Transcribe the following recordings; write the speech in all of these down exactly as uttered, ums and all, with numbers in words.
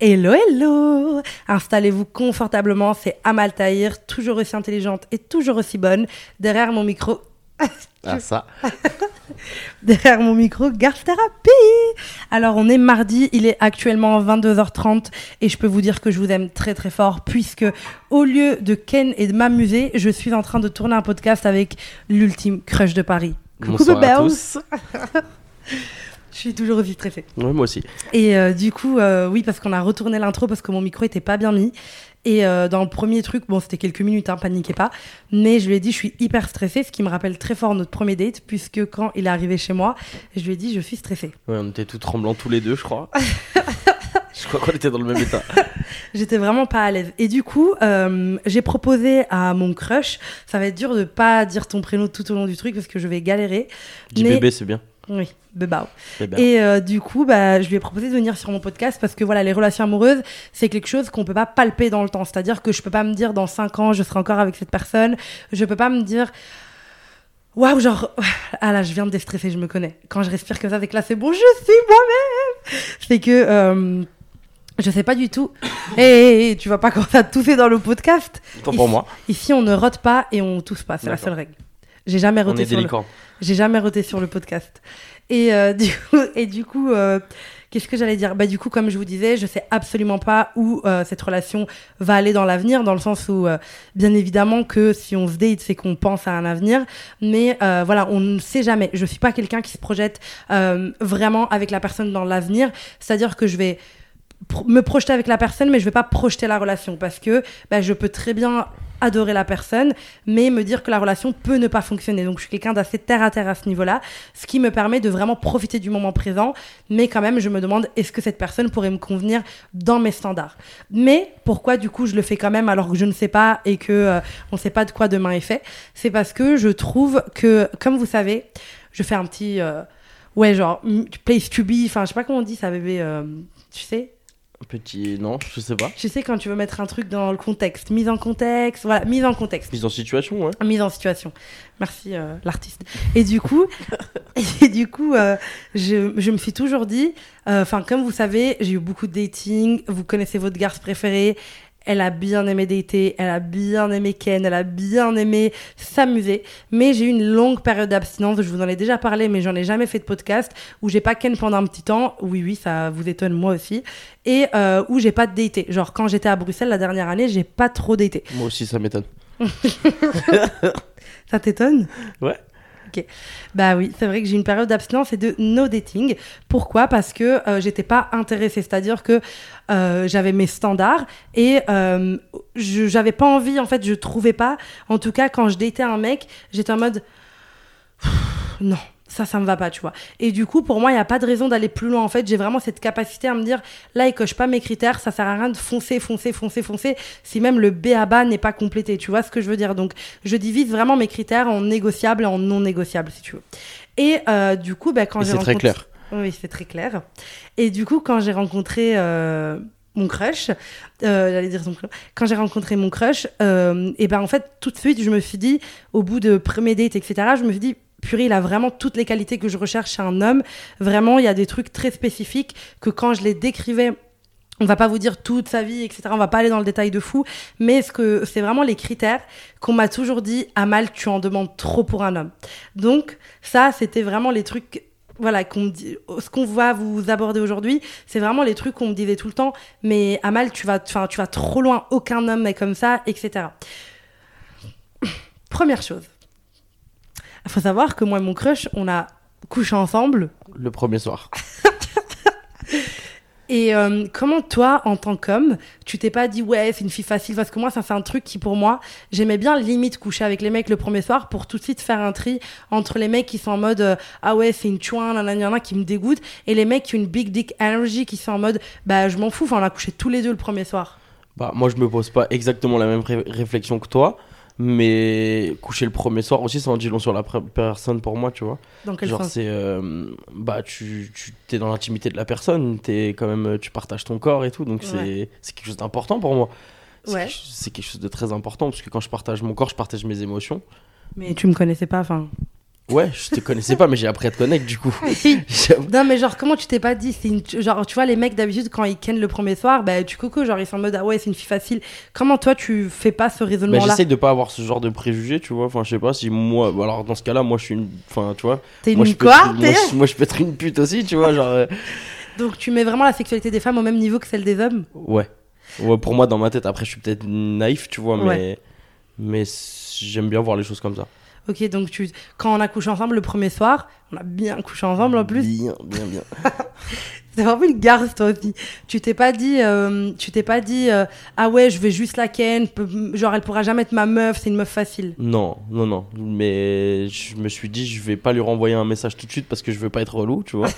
Hello, hello! Installez-vous confortablement, c'est Amal Tahir, toujours aussi intelligente et toujours aussi bonne. Derrière mon micro... Ah ça Derrière mon micro, Garth Thérapie. Alors, on est mardi, il est actuellement vingt-deux heures trente et je peux vous dire que je vous aime très très fort puisque au lieu de Ken et de m'amuser, je suis en train de tourner un podcast avec l'ultime crush de Paris. Bonsoir à tous. Je suis toujours aussi stressée. Oui, moi aussi. Et euh, du coup, euh, oui, parce qu'on a retourné l'intro parce que mon micro était pas bien mis. Et euh, dans le premier truc, bon, c'était quelques minutes, hein, paniquez pas. Mais je lui ai dit, je suis hyper stressée, ce qui me rappelle très fort notre premier date, puisque quand il est arrivé chez moi, je lui ai dit, je suis stressée. Ouais, on était tout tremblants tous les deux, je crois. Je crois qu'on était dans le même état. J'étais vraiment pas à l'aise. Et du coup, euh, j'ai proposé à mon crush, ça va être dur de pas dire ton prénom tout au long du truc, parce que je vais galérer. Dis mais... bébé, c'est bien. Oui, bébao. Bébé. Et euh, du coup, bah, je lui ai proposé de venir sur mon podcast parce que voilà, les relations amoureuses, c'est quelque chose qu'on peut pas palper dans le temps. C'est-à-dire que je peux pas me dire dans cinq ans, je serai encore avec cette personne. Je peux pas me dire, waouh, genre, ah là, je viens de déstresser, je me connais. Quand je respire comme ça, c'est que là, c'est bon, je suis moi-même. C'est que, euh, je sais pas du tout. Hé, hey, hey, tu vas pas commencer à tousser dans le podcast. Tant pour moi. Ici, on ne rote pas et on tousse pas. C'est la seule règle. J'ai jamais roté on est sur délicat. le... J'ai jamais roté sur le podcast. Et euh, du coup, et du coup euh, qu'est-ce que j'allais dire ? Bah, du coup, comme je vous disais, je sais absolument pas où euh, cette relation va aller dans l'avenir, dans le sens où, euh, bien évidemment, que si on se date, c'est qu'on pense à un avenir. Mais euh, voilà, on ne sait jamais. Je suis pas quelqu'un qui se projette euh, vraiment avec la personne dans l'avenir. C'est-à-dire que je vais pro- me projeter avec la personne, mais je vais pas projeter la relation parce que bah, je peux très bien adorer la personne, mais me dire que la relation peut ne pas fonctionner. Donc, je suis quelqu'un d'assez terre à terre à ce niveau-là, ce qui me permet de vraiment profiter du moment présent, mais quand même, je me demande, est-ce que cette personne pourrait me convenir dans mes standards ? Mais pourquoi, du coup, je le fais quand même alors que je ne sais pas et que euh, on ne sait pas de quoi demain est fait ? C'est parce que je trouve que, comme vous savez, je fais un petit... Euh, ouais, genre, place to be, enfin, je sais pas comment on dit ça, bébé, euh, tu sais ? Petit... Non, je sais pas. Tu sais, quand tu veux mettre un truc dans le contexte, mise en contexte, voilà, mise en contexte. Mise en situation, ouais. Mise en situation. Merci, euh, l'artiste. Et du coup, et du coup euh, je, je me suis toujours dit, enfin, euh, comme vous savez, j'ai eu beaucoup de dating, vous connaissez votre garce préférée, elle a bien aimé dater, elle a bien aimé Ken, elle a bien aimé s'amuser. Mais j'ai eu une longue période d'abstinence, je vous en ai déjà parlé, mais j'en ai jamais fait de podcast, où j'ai pas Ken pendant un petit temps. Oui, oui, ça vous étonne, moi aussi. Et euh, où j'ai pas daté. Genre, quand j'étais à Bruxelles la dernière année, j'ai pas trop daté. Moi aussi, ça m'étonne. Ça t'étonne ? Ouais. Ok. Bah oui, c'est vrai que j'ai une période d'abstinence et de no dating. Pourquoi ? Parce que euh, j'étais pas intéressée. C'est-à-dire que euh, j'avais mes standards et euh, je, j'avais pas envie, en fait, je trouvais pas. En tout cas, quand je datais un mec, j'étais en mode non. Ça, ça me va pas, tu vois. Et du coup, pour moi, il n'y a pas de raison d'aller plus loin. En fait, j'ai vraiment cette capacité à me dire, là, il coche pas mes critères, ça sert à rien de foncer, foncer, foncer, foncer, si même le B à bas n'est pas complété. Tu vois ce que je veux dire ? Donc, je divise vraiment mes critères en négociables et en non négociables, si tu veux. Et euh, du coup, bah, quand et j'ai c'est rencontré... très clair. Oui, c'est très clair. Et du coup, quand j'ai rencontré... Euh... mon crush, euh, j'allais dire son prénom. Quand j'ai rencontré mon crush, euh, et ben en fait tout de suite je me suis dit, au bout de premier date, et cetera, je me suis dit purée, il a vraiment toutes les qualités que je recherche chez un homme. Vraiment, il y a des trucs très spécifiques que quand je les décrivais, on va pas vous dire toute sa vie, et cetera. On va pas aller dans le détail de fou, mais ce que c'est vraiment les critères qu'on m'a toujours dit, Amal, tu en demandes trop pour un homme. Donc ça, c'était vraiment les trucs. Voilà, qu'on me dit, ce qu'on va vous aborder aujourd'hui, c'est vraiment les trucs qu'on me disait tout le temps. Mais Amal, tu vas, enfin, tu vas trop loin, aucun homme est comme ça, et cetera. Première chose, il faut savoir que moi et mon crush, on a couché ensemble. Le premier soir. Et euh, comment toi, en tant qu'homme, tu t'es pas dit ouais, c'est une fille facile ? Parce que moi, ça c'est un truc qui pour moi, j'aimais bien limite coucher avec les mecs le premier soir pour tout de suite faire un tri entre les mecs qui sont en mode euh, ah ouais, c'est une chouin, nanana, qui me dégoûtent, et les mecs qui ont une big dick energy qui sont en mode bah je m'en fous, enfin on a couché tous les deux le premier soir. Bah moi je me pose pas exactement la même ré- réflexion que toi. Mais coucher le premier soir aussi, ça en dit long sur la pr- personne pour moi, tu vois. Dans quel Genre sens ? c'est euh, bah tu tu t'es dans l'intimité de la personne, t'es quand même tu partages ton corps et tout, donc c'est Ouais. c'est quelque chose d'important pour moi. C'est, Ouais. quelque, c'est quelque chose de très important parce que quand je partage mon corps, je partage mes émotions. Mais tu me connaissais pas, enfin. Ouais, je te connaissais pas, mais j'ai appris à te connaître du coup. Non, mais genre, comment tu t'es pas dit c'est une... Genre, tu vois, les mecs d'habitude, quand ils kennent le premier soir, bah, tu coco, genre, ils sont en mode, ah ouais, c'est une fille facile. Comment toi, tu fais pas ce raisonnement-là? Bah, j'essaye de pas avoir ce genre de préjugés, tu vois. Enfin, je sais pas si moi. bah, Alors, dans ce cas-là, moi, je suis une. Enfin, tu vois. T'es moi, une je peux quoi être... moi, je... moi, je peux être une pute aussi, tu vois. Genre. euh, Donc, tu mets vraiment la sexualité des femmes au même niveau que celle des hommes? Ouais. Ouais, pour moi, dans ma tête, après, je suis peut-être naïf, tu vois, mais. Ouais. Mais j'aime bien voir les choses comme ça. Ok, donc tu... quand on a couché ensemble le premier soir, on a bien couché ensemble en plus. Bien, bien, bien. C'est vraiment une garce, toi aussi. Tu t'es pas dit, euh, tu t'es pas dit euh, ah ouais, je vais juste la ken, genre elle pourra jamais être ma meuf, c'est une meuf facile. Non, non, non. Mais je me suis dit, je vais pas lui renvoyer un message tout de suite parce que je veux pas être relou, tu vois.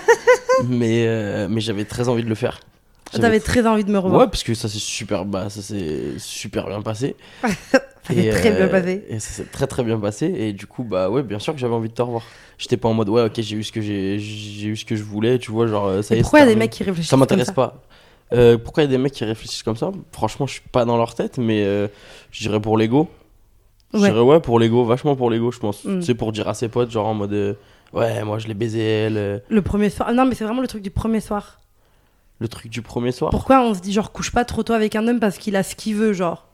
mais euh, mais j'avais très envie de le faire. J'avais T'avais très envie de me revoir. Ouais, parce que ça s'est super, bah, ça s'est super bien passé. Ça s'est très bien passé. Et ça s'est très très bien passé. Et du coup, bah ouais, bien sûr que j'avais envie de te revoir. J'étais pas en mode, ouais, ok, j'ai eu ce que j'ai, j'ai eu ce que je voulais, tu vois, genre, ça y est. Pourquoi il y a des terminé. mecs qui réfléchissent Ça m'intéresse comme ça pas. Euh, pourquoi il y a des mecs qui réfléchissent comme ça? Franchement, je suis pas dans leur tête, mais euh, je dirais pour l'ego. Je Ouais. dirais ouais, pour l'ego, vachement pour l'ego, je pense. Mm. Tu sais, pour dire à ses potes, genre en mode, euh, ouais, moi je l'ai baisé elle. euh, Le premier soir. Ah non, mais c'est vraiment le truc du premier soir. Le truc du premier soir. Pourquoi on se dit genre couche pas trop tôt avec un homme parce qu'il a ce qu'il veut, genre?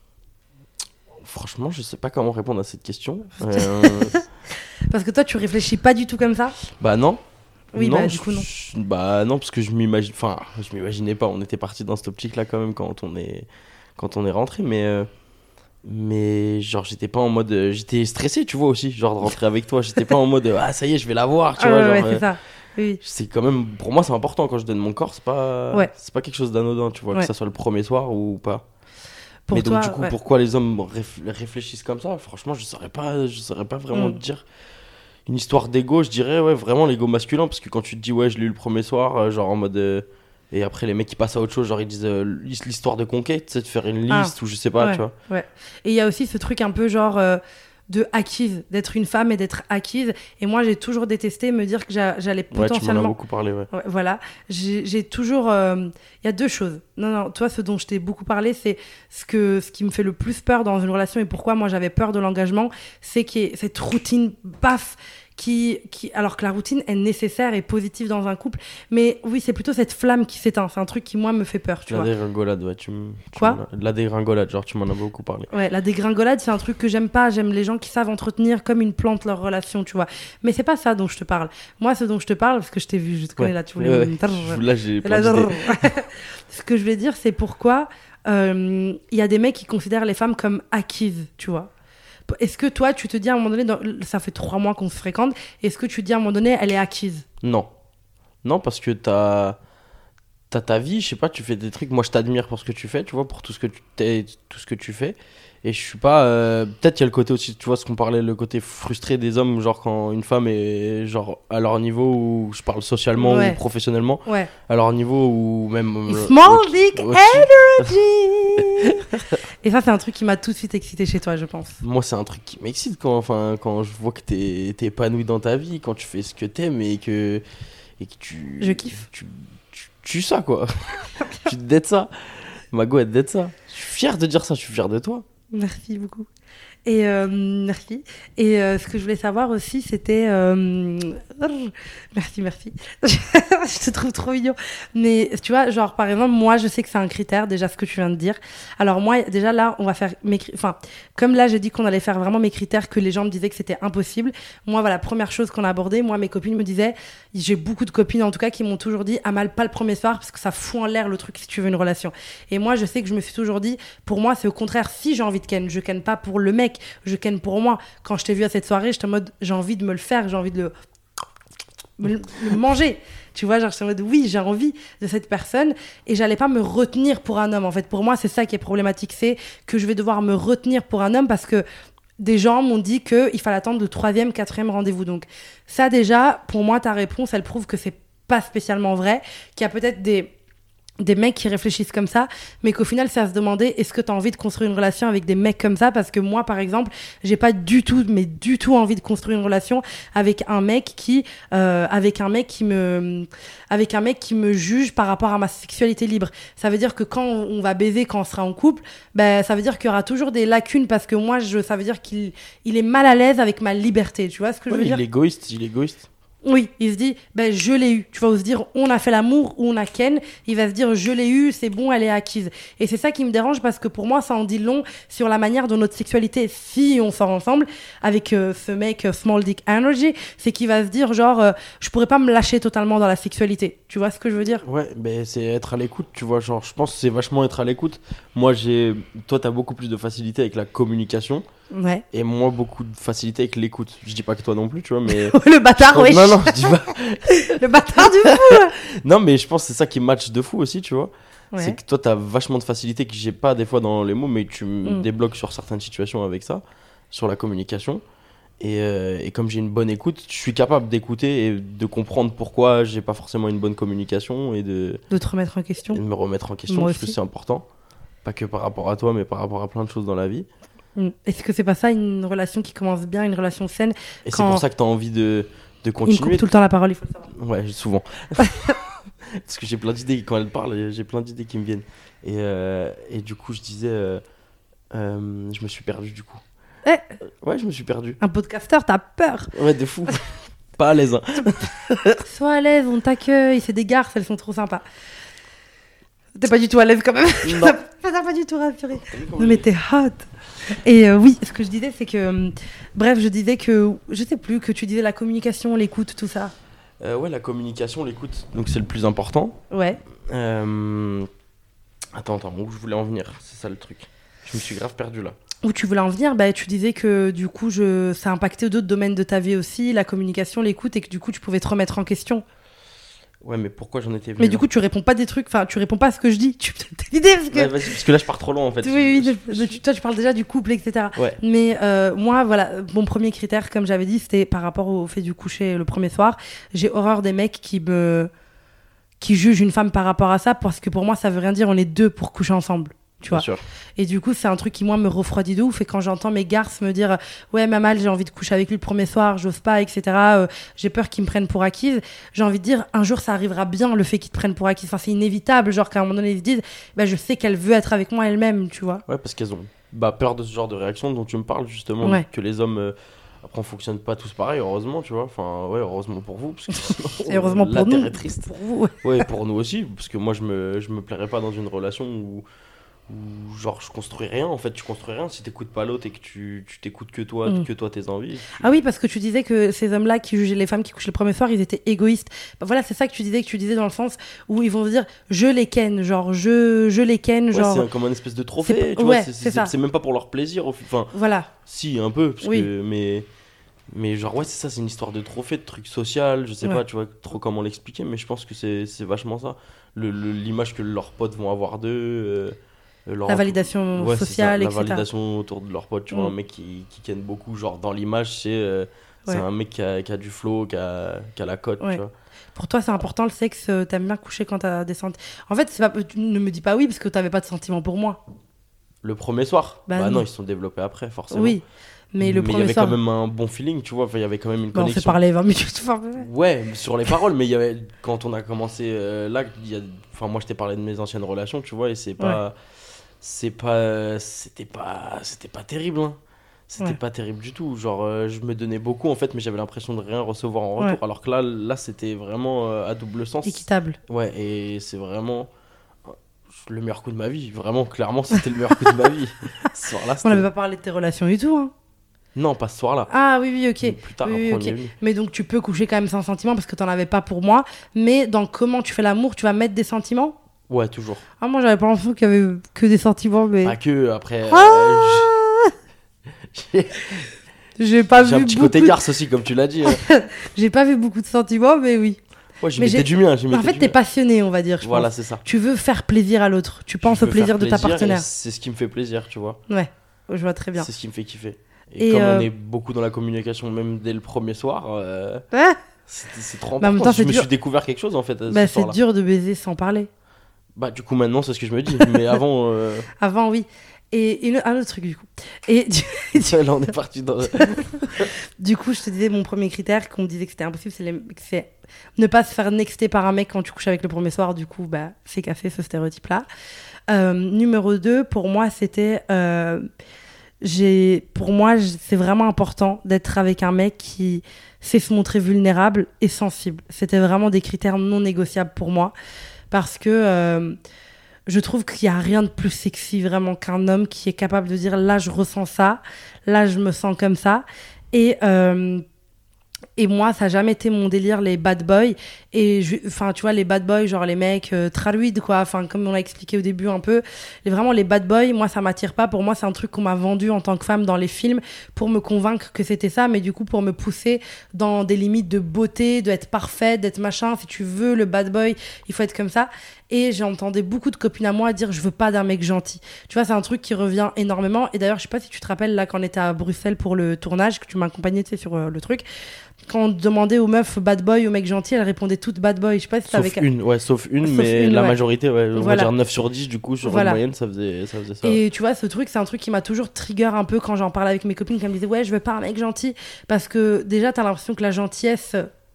Franchement, je sais pas comment répondre à cette question. Euh, Parce que toi, tu réfléchis pas du tout comme ça? bah non. Oui, non, bah du je- coup non. je- bah non, parce que je m'imagine. Enfin, je m'imaginais pas. On était parti dans cette optique-là quand même quand on est, quand on est rentré, mais. euh, Mais genre, j'étais pas en mode. euh, J'étais stressé, tu vois aussi, genre de rentrer avec toi. J'étais pas en mode. euh, Ah, ça y est, je vais la voir, tu Ah vois. ouais, genre, ouais, euh, c'est ça. Oui. c'est quand même. Pour moi, c'est important quand je donne mon corps. C'est pas. Ouais. C'est pas quelque chose d'anodin, tu vois, Ouais. que ça soit le premier soir ou pas. Pour Mais toi, donc, du coup, ouais. pourquoi les hommes réf- réfléchissent comme ça? Franchement, je saurais pas, je saurais pas vraiment Mm. te dire. Une histoire d'ego, je dirais, ouais, vraiment l'ego masculin. Parce que quand tu te dis, ouais, je l'ai eu le premier soir, euh, genre en mode. euh, Et après, les mecs qui passent à autre chose, genre ils disent euh, l'histoire de conquête, tu sais, de faire une Ah. liste ou je sais pas, Ouais. tu vois. Ouais. Et il y a aussi ce truc un peu genre euh, de acquise, d'être une femme et d'être acquise. Et moi, j'ai toujours détesté me dire que j'a- j'allais Ouais, tu m'en as potentiellement. beaucoup parlé, ouais. Ouais, voilà, j'ai j'ai toujours. euh, Il y a deux choses. Non, non, toi, ce dont je t'ai beaucoup parlé, c'est ce, que, ce qui me fait le plus peur dans une relation et pourquoi moi j'avais peur de l'engagement, c'est qu'il y ait cette routine, paf, qui, qui. Alors que la routine est nécessaire et positive dans un couple, mais oui, c'est plutôt cette flamme qui s'éteint. C'est un truc qui, moi, me fait peur, tu La vois. dégringolade, ouais. Tu m- tu Quoi m'en as- La dégringolade, genre tu m'en as beaucoup parlé. Ouais, la dégringolade, c'est un truc que j'aime pas. J'aime les gens qui savent entretenir comme une plante leur relation, tu vois. Mais c'est pas ça dont je te parle. Moi, ce dont je te parle, parce que je t'ai vu, je te connais Ouais. là, tu voulais Ouais, me- ouais. Là, j'ai Et plein là, d'idées. ce que je voulais dire, c'est pourquoi euh, il y a des mecs qui considèrent les femmes comme acquises, tu vois. Est-ce que toi, tu te dis à un moment donné, dans- ça fait trois mois qu'on se fréquente, est-ce que tu te dis à un moment donné, elle est acquise? Non. Non, parce que t'as t'as ta vie, je sais pas, tu fais des trucs. Moi, je t'admire pour ce que tu fais, tu vois, pour tout ce que tu, t'es- tout ce que tu fais. Et je suis pas. euh, Peut-être il y a le côté aussi, tu vois, ce qu'on parlait, le côté frustré des hommes, genre quand une femme est genre à leur niveau, ou je parle socialement Ouais. ou professionnellement, Ouais. à leur niveau ou même. euh, Small au- dick au-dessus. energy. Et ça, c'est un truc qui m'a tout de suite excité chez toi, je pense. Moi, c'est un truc qui m'excite quand, enfin, quand je vois que t'es t'es épanoui dans ta vie, quand tu fais ce que t'aimes et que, et que tu. Je kiffe. Tu, tu, tu ça, quoi. Tu te dettes ça. Mago, elle te dette ça. Je suis fier de dire ça, je suis fier de toi. Merci beaucoup. Et euh, merci. Et euh, ce que je voulais savoir aussi, c'était. euh, Merci, merci. Je te trouve trop mignon. Mais tu vois, genre, par exemple, moi, je sais que c'est un critère, déjà, ce que tu viens de dire. Alors, moi, déjà, là, on va faire mes. cri- Enfin, comme là, j'ai dit qu'on allait faire vraiment mes critères, que les gens me disaient que c'était impossible. Moi, voilà, première chose qu'on a abordée, moi, mes copines me disaient. J'ai beaucoup de copines, en tout cas, qui m'ont toujours dit Amal, pas le premier soir, parce que ça fout en l'air le truc si tu veux une relation. Et moi, je sais que je me suis toujours dit, pour moi, c'est au contraire, si j'ai envie de ken, je ken pas pour le mec, je ken pour moi. Quand je t'ai vu à cette soirée, j'étais en mode, j'ai envie de me le faire, j'ai envie de le, me le- le manger. Tu vois, genre, j'étais en mode, oui, j'ai envie de cette personne et j'allais pas me retenir pour un homme. En fait, pour moi, c'est ça qui est problématique, c'est que je vais devoir me retenir pour un homme parce que des gens m'ont dit qu'il fallait attendre le troisième, quatrième rendez-vous. Donc, ça, déjà, pour moi, ta réponse, elle prouve que c'est pas spécialement vrai, qu'il y a peut-être des des mecs qui réfléchissent comme ça, mais qu'au final, c'est à se demander est-ce que tu as envie de construire une relation avec des mecs comme ça? Parce que moi, par exemple, j'ai pas du tout, mais du tout envie de construire une relation avec un mec qui, euh, avec un mec qui me, avec un mec qui me juge par rapport à ma sexualité libre. Ça veut dire que quand on va baiser, quand on sera en couple, ben, ça veut dire qu'il y aura toujours des lacunes parce que moi, je, ça veut dire qu'il, il est mal à l'aise avec ma liberté. Tu vois ce que Ouais, je veux il dire? est égoïste, il est égoïste. Oui, il se dit, ben, je l'ai eu. Tu vas se dire, on a fait l'amour ou on a ken. Il va se dire, je l'ai eu, c'est bon, elle est acquise. Et c'est ça qui me dérange parce que pour moi, ça en dit long sur la manière dont notre sexualité, si on sort ensemble avec euh, ce mec euh, Small Dick Energy, c'est qu'il va se dire, genre, euh, je pourrais pas me lâcher totalement dans la sexualité. Tu vois ce que je veux dire? Ouais, mais c'est être à l'écoute, tu vois. Genre, je pense que c'est vachement être à l'écoute. Moi, j'ai. Toi, t'as beaucoup plus de facilité avec la communication. Ouais. Et moi, beaucoup de facilité avec l'écoute. Je dis pas que toi non plus, tu vois, mais. Le bâtard, oui. Non, non, je dis pas. Le bâtard du fou. Non, mais je pense que c'est ça qui match de fou aussi, tu vois. Ouais. C'est que toi, t'as vachement de facilité que j'ai pas des fois dans les mots, mais tu me Mm. débloques sur certaines situations avec ça, sur la communication. Et, euh, et comme j'ai une bonne écoute, je suis capable d'écouter et de comprendre pourquoi j'ai pas forcément une bonne communication et de, De te remettre en question. et de me remettre en question, Moi parce que aussi. c'est important. Pas que par rapport à toi, mais par rapport à plein de choses dans la vie. Mm. Est-ce que c'est pas ça une relation qui commence bien, une relation saine? Et c'est Quand- pour ça que t'as envie de, de Il me continuer. coupe tout le temps la parole, il faut le savoir. Ouais, souvent. Parce que j'ai plein d'idées, quand elle parle, j'ai plein d'idées qui me viennent. Et, euh, et du coup, je disais, euh, euh, je me suis perdu du coup. Eh. Euh, ouais, je me suis perdu. Un podcasteur, t'as peur. Ouais, de fou. Pas à l'aise. Hein. Sois à l'aise, on t'accueille, c'est des garces, elles sont trop sympas. T'es pas du tout à l'aise quand même. Non. T'as pas du tout rassuré. Non mais t'es hot. Et euh, oui, ce que je disais, c'est que... euh, bref, je disais que... Je sais plus, que tu disais la communication, l'écoute, tout ça. Euh, ouais, la communication, l'écoute, donc c'est le plus important. Ouais. Euh... Attends, attends, où je voulais en venir, c'est ça le truc. Je me suis grave perdu là. Où tu voulais en venir, bah, tu disais que du coup, je... ça a impacté d'autres domaines de ta vie aussi, la communication, l'écoute, et que du coup, tu pouvais te remettre en question. Ouais, mais pourquoi j'en étais venu Mais du là coup, tu réponds pas des trucs, enfin, tu réponds pas à ce que je dis. Tu t'as l'idée parce que... Ouais, vas-y, parce que là je pars trop loin en fait. Oui, oui, Je- de- de- tu- toi, tu parles déjà du couple, et cetera. Ouais. Mais euh, moi, voilà, mon premier critère, comme j'avais dit, c'était par rapport au fait du coucher le premier soir. J'ai horreur des mecs qui me qui jugent une femme par rapport à ça, parce que pour moi, ça veut rien dire. On est deux pour coucher ensemble, tu Bien vois. sûr. Et du coup, c'est un truc qui moi me refroidit de ouf. Et quand j'entends mes garces me dire, ouais, Mamal, j'ai envie de coucher avec lui le premier soir, j'ose pas, et cetera. Euh, j'ai peur qu'ils me prennent pour acquise. J'ai envie de dire, un jour, ça arrivera bien, le fait qu'ils te prennent pour acquise. Enfin, c'est inévitable, genre qu'à un moment donné, ils se disent, bah, je sais qu'elle veut être avec moi elle-même, tu vois. Ouais, parce qu'elles ont bah, peur de ce genre de réaction dont tu me parles justement, Ouais. que les hommes. euh, Après, on fonctionne pas tous pareil, heureusement, tu vois. Enfin, ouais, heureusement pour vous. Parce que sinon, Et heureusement la pour terre nous. est triste. Pour vous, ouais. Ouais, pour nous aussi, parce que moi, je me, je me plairais pas dans une relation où, où, genre, je construis rien. En fait, tu construis rien si t'écoutes pas l'autre et que tu tu t'écoutes que toi, Mm. que toi, tes envies. Ah oui, parce que tu disais que ces hommes-là qui jugeaient les femmes qui couchent le premier soir, ils étaient égoïstes. Bah voilà, c'est ça que tu disais, que tu disais dans le sens où ils vont se dire, je les ken, genre, je, je les ken, Ouais, genre, c'est un- comme un espèce de trophée, C'est pas- tu vois. ouais, c'est- c'est C'est ça. c'est même pas pour leur plaisir. au fi- Enfin, voilà. si, un peu, parce Oui. que, mais, mais genre, ouais, c'est ça, c'est une histoire de trophée, de truc social. Je sais Ouais. pas, tu vois, trop comment l'expliquer, mais je pense que c'est c'est vachement ça. Le- le- L'image que leurs potes vont avoir d'eux. euh, leur La entour- validation Ouais, c'est ça, sociale, la et cetera. validation autour de leurs potes, tu vois, Mm. un mec qui, qui ken beaucoup, genre dans l'image, c'est euh, c'est Ouais. un mec qui a, qui a du flow, qui a, qui a la cote, Ouais. tu vois. Pour toi, c'est important le sexe, euh, t'aimes bien coucher quand t'as des sentiments. En fait, c'est pas... tu ne me dis pas oui parce que t'avais pas de sentiments pour moi. Le premier soir, Bah bah, non. non, ils se sont développés après, forcément. Oui, mais le il y premier avait soir, quand même un bon feeling, tu vois, enfin, il y avait quand même une bah, on s'est connexion. parlé vingt minutes. Enfin, ouais. Ouais, sur les paroles, mais il y avait, quand on a commencé euh, là, il y a, enfin, moi je t'ai parlé de mes anciennes relations, tu vois, et c'est pas, c'est pas, c'était pas, c'était pas terrible, hein. C'était Ouais. pas terrible du tout. Genre, euh, je me donnais beaucoup en fait, mais j'avais l'impression de rien recevoir en retour. Ouais. Alors que là, là, c'était vraiment euh, à double sens. Équitable. Ouais, et c'est vraiment euh, le meilleur coup de ma vie. Vraiment, clairement, c'était le meilleur coup de ma vie. Ce soir-là, On c'était- n'avait pas parlé de tes relations du tout. Hein. non, pas ce soir-là. Ah oui, oui, ok. Plus tard, Oui, après, oui, on ok. y est venu. Mais donc tu peux coucher quand même sans sentiments parce que t'en avais pas pour moi. Mais dans comment tu fais l'amour, tu vas mettre des sentiments. Ouais, toujours. Ah moi j'avais pas l'impression qu'il y avait que des sentiments, mais Pas que, après. euh, Ah j'ai- j'ai pas J'ai vu un petit beaucoup. côté garce aussi, comme tu l'as dit. hein. J'ai pas vu beaucoup de sentiments, mais oui. Ouais, j'y Mais mettais j'ai- du mien. j'y En mettais fait, du t'es mien. passionné, on va dire. Je Voilà, pense. c'est ça. Tu veux faire plaisir à l'autre. Tu penses Je au veux plaisir faire de ta plaisir et partenaire. C'est ce qui me fait plaisir, tu vois. Ouais, je vois très bien. C'est ce qui me fait kiffer. Et, Et comme euh, on est beaucoup dans la communication, même dès le premier soir, euh, Ouais. c'est c'est trop Bah, en même important. temps, Je c'est me dur. suis découvert quelque chose en fait. à ce Bah, c'est soir-là. dur de baiser sans parler. Bah, du coup, maintenant, c'est ce que je me dis. Mais avant. Euh... Avant, oui. Et, et un autre truc, du coup. Et du, Là, on est parti dans. du coup, je te disais, mon premier critère, qu'on me disait que c'était impossible, c'est, les... c'est ne pas se faire nexter par un mec quand tu couches avec le premier soir. Du coup, bah, c'est cassé ce stéréotype-là. Euh, numéro deux, pour moi, c'était. Euh... J'ai... Pour moi, c'est vraiment important d'être avec un mec qui sait se montrer vulnérable et sensible. C'était vraiment des critères non négociables pour moi. Parce que. Euh... Je trouve qu'il n'y a rien de plus sexy vraiment qu'un homme qui est capable de dire là je ressens ça, là je me sens comme ça. Et, euh, et moi ça n'a jamais été mon délire les bad boys. Et enfin tu vois les bad boys genre les mecs euh, traluides quoi, enfin comme on l'a expliqué au début un peu. Les, vraiment les bad boys, moi ça m'attire pas. Pour moi c'est un truc qu'on m'a vendu en tant que femme dans les films pour me convaincre que c'était ça, mais du coup pour me pousser dans des limites de beauté, d'être parfaite, d'être machin. Si tu veux le bad boy, il faut être comme ça. Et j'entendais beaucoup de copines à moi dire je veux pas d'un mec gentil. Tu vois, c'est un truc qui revient énormément. Et d'ailleurs, je sais pas si tu te rappelles là quand on était à Bruxelles pour le tournage, que tu m'as accompagné tu sais, sur euh, le truc. Quand on demandait aux meufs bad boy, aux mecs gentils, elles répondaient toutes bad boy. Je sais pas si sauf avec une, ouais, sauf une, sauf mais une, la ouais. majorité, ouais, on voilà. va dire neuf sur dix du coup, sur voilà. une moyenne, ça faisait, ça faisait ça. Et tu vois, ce truc, c'est un truc qui m'a toujours trigger un peu quand j'en parlais avec mes copines, qui me disaient ouais, je veux pas un mec gentil. Parce que déjà, t'as l'impression que la gentillesse.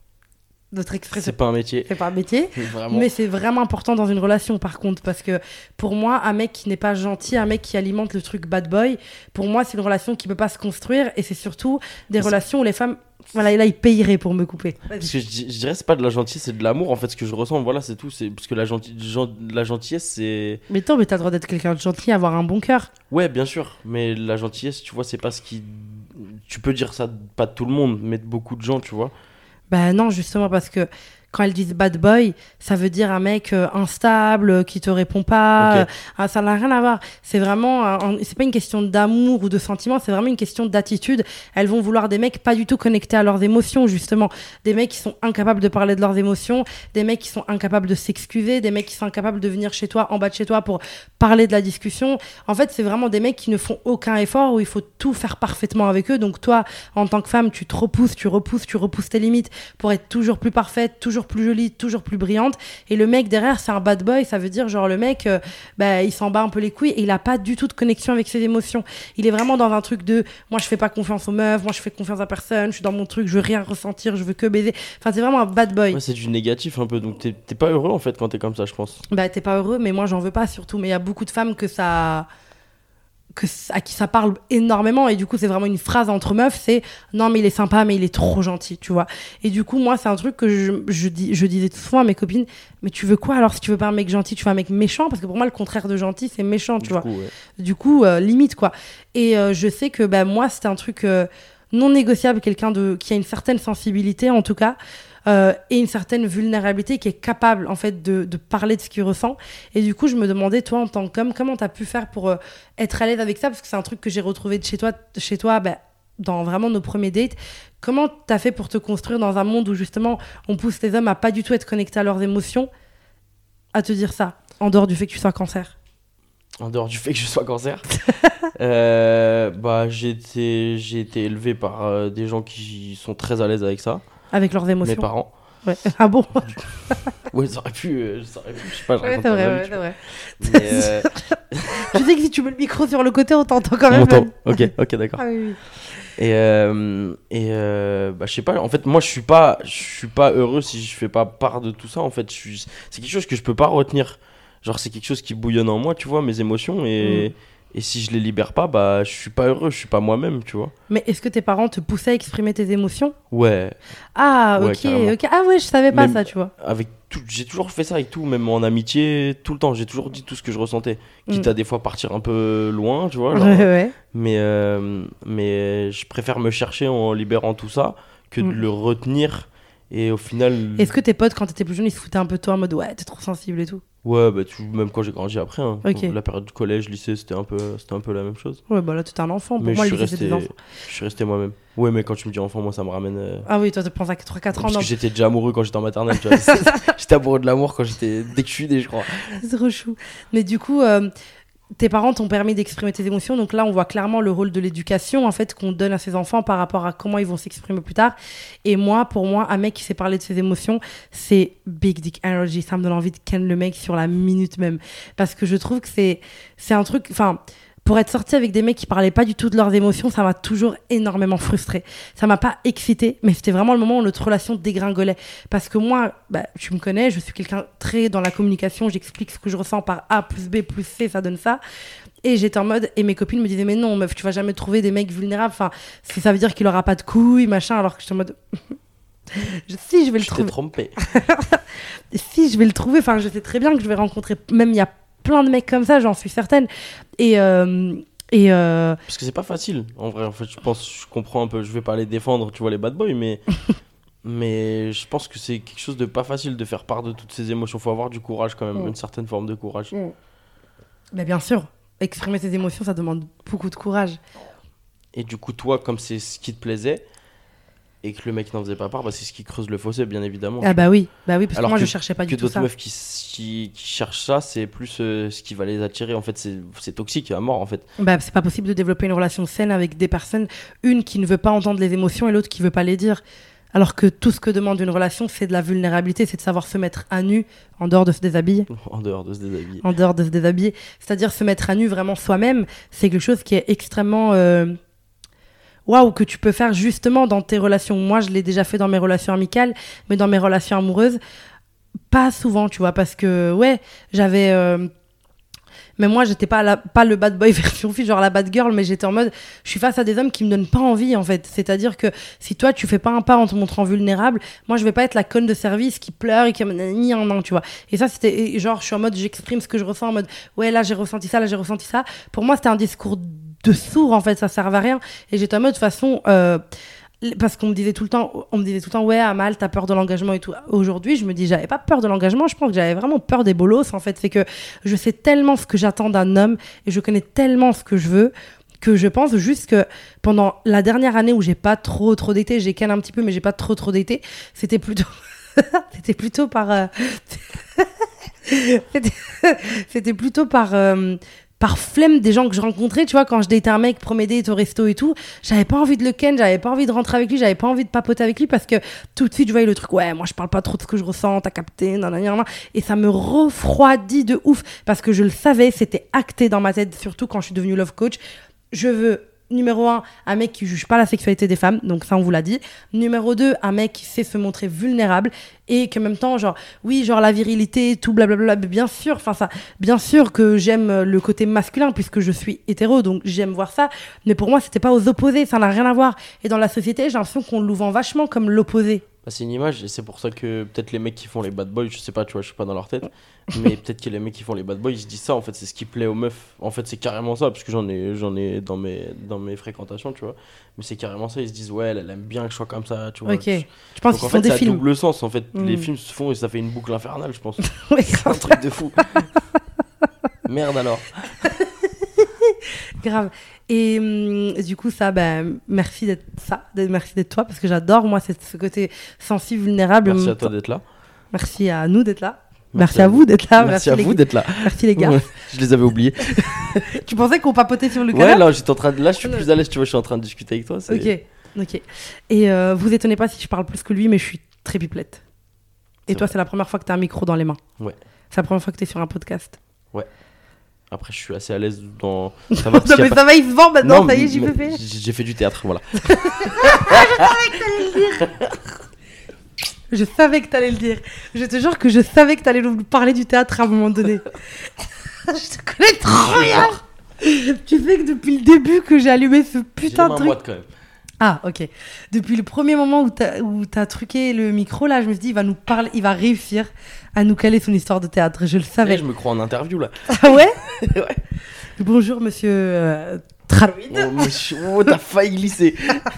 Notre expression. C'est pas un métier. C'est pas un métier. Mais c'est vraiment important dans une relation, par contre. Parce que pour moi, un mec qui n'est pas gentil, un mec qui alimente le truc bad boy, pour moi, c'est une relation qui peut pas se construire. Et c'est surtout des c'est... relations où les femmes. Voilà, et là, ils payeraient pour me couper. Vas-y. Parce que je, je dirais, c'est pas de la gentillesse, c'est de l'amour. En fait, ce que je ressens, voilà, c'est tout. C'est... Parce que la, genti... Gen... la gentillesse, c'est. Mais attends, mais t'as le droit d'être quelqu'un de gentil, avoir un bon cœur. Ouais, bien sûr. Mais la gentillesse, tu vois, c'est pas ce qui. Tu peux dire ça, pas de tout le monde, mais de beaucoup de gens, tu vois. Ben non, justement, parce que quand elles disent bad boy, ça veut dire un mec euh, instable, euh, qui te répond pas. Okay. Euh, ça n'a rien à voir. C'est vraiment, un, c'est pas une question d'amour ou de sentiment, c'est vraiment une question d'attitude. Elles vont vouloir des mecs pas du tout connectés à leurs émotions, justement. Des mecs qui sont incapables de parler de leurs émotions, des mecs qui sont incapables de s'excuser, des mecs qui sont incapables de venir chez toi, en bas de chez toi, pour parler de la discussion. En fait, c'est vraiment des mecs qui ne font aucun effort, où il faut tout faire parfaitement avec eux. Donc toi, en tant que femme, tu te repousses, tu repousses, tu repousses tes limites pour être toujours plus parfaite, toujours plus jolie, toujours plus brillante. Et le mec derrière, c'est un bad boy. Ça veut dire genre le mec, euh, bah, il s'en bat un peu les couilles et il a pas du tout de connexion avec ses émotions. Il est vraiment dans un truc de moi je fais pas confiance aux meufs, moi je fais confiance à personne, je suis dans mon truc, je veux rien ressentir, je veux que baiser. Enfin c'est vraiment un bad boy. Ouais, c'est du négatif un peu, donc t'es, t'es pas heureux en fait quand t'es comme ça, je pense. Bah t'es pas heureux, mais moi j'en veux pas surtout. Mais il y a beaucoup de femmes que ça que, à qui ça parle énormément, et du coup c'est vraiment une phrase entre meufs, c'est non mais il est sympa mais il est trop gentil, tu vois. Et du coup moi c'est un truc que je, je, dis, je disais souvent à mes copines, mais tu veux quoi alors si tu veux pas un mec gentil, tu veux un mec méchant, parce que pour moi le contraire de gentil c'est méchant, tu du vois. Coup, ouais. Du coup euh, limite quoi. Et euh, je sais que bah, moi c'était un truc euh, non négociable, quelqu'un de, qui a une certaine sensibilité en tout cas, Euh, et une certaine vulnérabilité, qui est capable en fait de, de parler de ce qu'il ressent. Et du coup je me demandais, toi en tant qu'homme, comment t'as pu faire pour euh, être à l'aise avec ça, parce que c'est un truc que j'ai retrouvé de chez toi, chez toi bah, dans vraiment nos premiers dates. Comment t'as fait pour te construire dans un monde où justement on pousse les hommes à pas du tout être connectés à leurs émotions, à te dire ça, en dehors du fait que tu sois cancer? En dehors du fait que je sois cancer euh, bah, j'ai été, j'ai été élevé par euh, des gens qui sont très à l'aise avec ça. Avec leurs émotions. Mes parents. Ouais. Ah bon? Ouais, ça aurait pu, euh, ça aurait pu, je sais pas. Je ouais, c'est vrai, ouais, c'est vrai. Mais euh... tu sais que si tu mets le micro sur le côté, on t'entend quand même. On m'entend. Ok, ok, d'accord. Ah oui, oui. Et euh, et euh, bah je sais pas. En fait, moi, je suis pas, je suis pas heureux si je fais pas part de tout ça. En fait, je suis, c'est quelque chose que je peux pas retenir. Genre, c'est quelque chose qui bouillonne en moi, tu vois, mes émotions, et mm. Et si je les libère pas, bah je suis pas heureux, je suis pas moi-même, tu vois. Mais est-ce que tes parents te poussaient à exprimer tes émotions? Ouais. Ah, ouais, ok, ok. Ah ouais, je savais pas même ça, tu vois. Avec tout, j'ai toujours fait ça avec tout, même en amitié, tout le temps. J'ai toujours dit tout ce que je ressentais, quitte mm. à des fois partir un peu loin, tu vois. Genre, ouais, ouais. Mais euh, mais je préfère me chercher en libérant tout ça que de mm. le retenir. Et au final... Est-ce que tes potes, quand t'étais plus jeune, ils se foutaient un peu de toi en mode ouais, t'es trop sensible et tout? Ouais, bah, tu, même quand j'ai grandi après, hein, okay. La période du collège, lycée, c'était un peu, c'était un peu la même chose. Ouais, bah là, t'étais un enfant. Pour mais moi, je le lycée, resté, c'était des enfants. Je suis resté moi-même. Ouais, mais quand tu me dis enfant, moi, ça me ramène. Euh... Ah oui, toi, tu penses à trois quatre ans. Parce non. que j'étais déjà amoureux quand j'étais en maternelle, tu vois. J'étais amoureux de l'amour quand j'étais. Dès que je suis né, je crois. C'est trop chou. Mais du coup. Euh... tes parents t'ont permis d'exprimer tes émotions, donc là on voit clairement le rôle de l'éducation en fait qu'on donne à ses enfants par rapport à comment ils vont s'exprimer plus tard. Et moi, pour moi, un mec qui sait parler de ses émotions, c'est big dick energy. Ça me donne envie de ken le mec sur la minute même, parce que je trouve que c'est c'est un truc, enfin, pour être sortie avec des mecs qui parlaient pas du tout de leurs émotions, ça m'a toujours énormément frustrée. Ça m'a pas excitée, mais c'était vraiment le moment où notre relation dégringolait. Parce que moi, bah, tu me connais, je suis quelqu'un très dans la communication, j'explique ce que je ressens par A plus B plus C, ça donne ça. Et j'étais en mode, et mes copines me disaient, mais non, meuf, tu vas jamais trouver des mecs vulnérables. Enfin, ça veut dire qu'il aura pas de couilles, machin, alors que j'étais en mode, je, si je vais le Je trouver. t'ai trompé. Si je vais le trouver, enfin, je sais très bien que je vais rencontrer, même il y a plein de mecs comme ça, j'en suis certaine. Et, euh, et euh... Parce que c'est pas facile, en vrai. En fait, je pense, je comprends un peu. Je vais pas les défendre, tu vois, les bad boys, mais, mais je pense que c'est quelque chose de pas facile de faire part de toutes ces émotions. Faut avoir du courage quand même, Mm. une certaine forme de courage. Mm. Mais bien sûr, exprimer ses émotions, ça demande beaucoup de courage. Et du coup, toi, comme c'est ce qui te plaisait et que le mec n'en faisait pas part, bah, c'est ce qui creuse le fossé, bien évidemment. Ah bah oui, bah oui, parce Alors que moi que- je cherchais pas Que du tout d'autres ça. meufs qui, qui, qui cherchent ça, c'est plus euh, ce qui va les attirer. En fait, c'est c'est toxique à mort, en fait. Bah, c'est pas possible de développer une relation saine avec des personnes, une qui ne veut pas entendre les émotions et l'autre qui veut pas les dire. Alors que tout ce que demande une relation, c'est de la vulnérabilité, c'est de savoir se mettre à nu en dehors de se déshabiller. En dehors de se déshabiller. En dehors de se déshabiller. C'est-à-dire se mettre à nu vraiment soi-même, c'est quelque chose qui est extrêmement... euh, Waouh, que tu peux faire justement dans tes relations. Moi, je l'ai déjà fait dans mes relations amicales, mais dans mes relations amoureuses, pas souvent, tu vois, parce que, ouais, j'avais... euh, Mais moi, j'étais pas, la- pas le bad boy version fille, genre la bad girl, mais j'étais en mode, je suis face à des hommes qui me donnent pas envie, en fait. C'est-à-dire que si toi, tu fais pas un pas en te montrant vulnérable, moi, je vais pas être la conne de service qui pleure et qui me ni un an, tu vois. Et ça, c'était et genre, je suis en mode, j'exprime ce que je ressens, en mode, ouais, là, j'ai ressenti ça, là, j'ai ressenti ça. Pour moi, c'était un discours de sourd, en fait, ça servait à rien. Et j'étais en mode, de toute façon, euh, parce qu'on me disait tout le temps, on me disait tout le temps, ouais, Amal, t'as peur de l'engagement et tout. Aujourd'hui, je me dis, j'avais pas peur de l'engagement, je pense que j'avais vraiment peur des bolos, en fait. C'est que je sais tellement ce que j'attends d'un homme et je connais tellement ce que je veux que je pense juste que pendant la dernière année où j'ai pas trop trop daté, j'ai ken un petit peu, mais j'ai pas trop trop daté, c'était plutôt, c'était plutôt par, euh, c'était... c'était plutôt par, euh, par flemme des gens que je rencontrais, tu vois, quand je datais un mec, premier date au resto et tout, j'avais pas envie de le ken, j'avais pas envie de rentrer avec lui, j'avais pas envie de papoter avec lui parce que tout de suite je voyais le truc, ouais, moi je parle pas trop de ce que je ressens, t'as capté, nanana, nanana, et ça me refroidit de ouf parce que je le savais, c'était acté dans ma tête, surtout quand je suis devenue love coach. Je veux, numéro un, un mec qui juge pas la sexualité des femmes, donc ça on vous l'a dit. Numéro deux, un mec qui sait se montrer vulnérable et que en même temps, genre, oui, genre la virilité, tout blablabla, bien sûr, enfin ça, bien sûr que j'aime le côté masculin puisque je suis hétéro, donc j'aime voir ça, mais pour moi c'était pas aux opposés, ça n'a rien à voir. Et dans la société, j'ai l'impression qu'on nous vend vachement comme l'opposé. Bah, c'est une image et c'est pour ça que peut-être les mecs qui font les bad boys, je sais pas, tu vois, je suis pas dans leur tête, mais peut-être que les mecs qui font les bad boys, ils se disent ça, en fait, c'est ce qui plaît aux meufs. En fait, c'est carrément ça, parce que j'en ai, j'en ai dans mes, dans mes fréquentations, tu vois. Mais c'est carrément ça, ils se disent, ouais, elle, elle aime bien que je sois comme ça, tu vois. Ok, tu penses Donc qu'ils en font fait, des c'est à films. double sens, en fait. Mm. Les films se font et ça fait une boucle infernale, je pense. Ouais, C'est un truc de fou. Merde alors. grave. Et hum, du coup, ça, ben, merci d'être ça, d'être- merci d'être toi, parce que j'adore, moi, c'est ce côté sensible, vulnérable. Merci Hum, à toi d'être là. Merci à nous d'être là. Merci, à vous d'être là. Merci à les... vous d'être là. Merci les gars. Ouais, je les avais oubliés. Tu pensais qu'on papotait sur le Ouais, canapé? là, j'étais en train de... là, je suis Non. plus à l'aise, tu vois, je suis en train de discuter avec toi. c'est- Ok, ok. Et euh, vous étonnez pas si je parle plus que lui, mais je suis très pipelette. Et C'est toi, vrai. c'est la première fois que t'as un micro dans les mains. Ouais. C'est la première fois que t'es sur un podcast. Après, je suis assez à l'aise dans. Ça va, parce Non, qu'il y a mais pas- ça va, il se vend maintenant, Non, ça y est, j'y mais peux faire. J'ai j'ai fait du théâtre, voilà. Je savais que t'allais le dire. Je te jure que je savais que t'allais nous parler du théâtre à un moment donné. Je te connais trop bien. Tu sais que depuis le début que j'ai allumé ce J'ai putain de ma truc. moite quand même. Ah, ok. Depuis le premier moment où t'as, où t'as truqué le micro, là, je me suis dit, il va nous parler, il va réussir à nous caler son histoire de théâtre. Je le Ouais, savais. je me crois en interview là. Ah ouais. Ouais. Bonjour, monsieur euh, Traloïd. Oh, monsieur- oh, t'as failli glisser.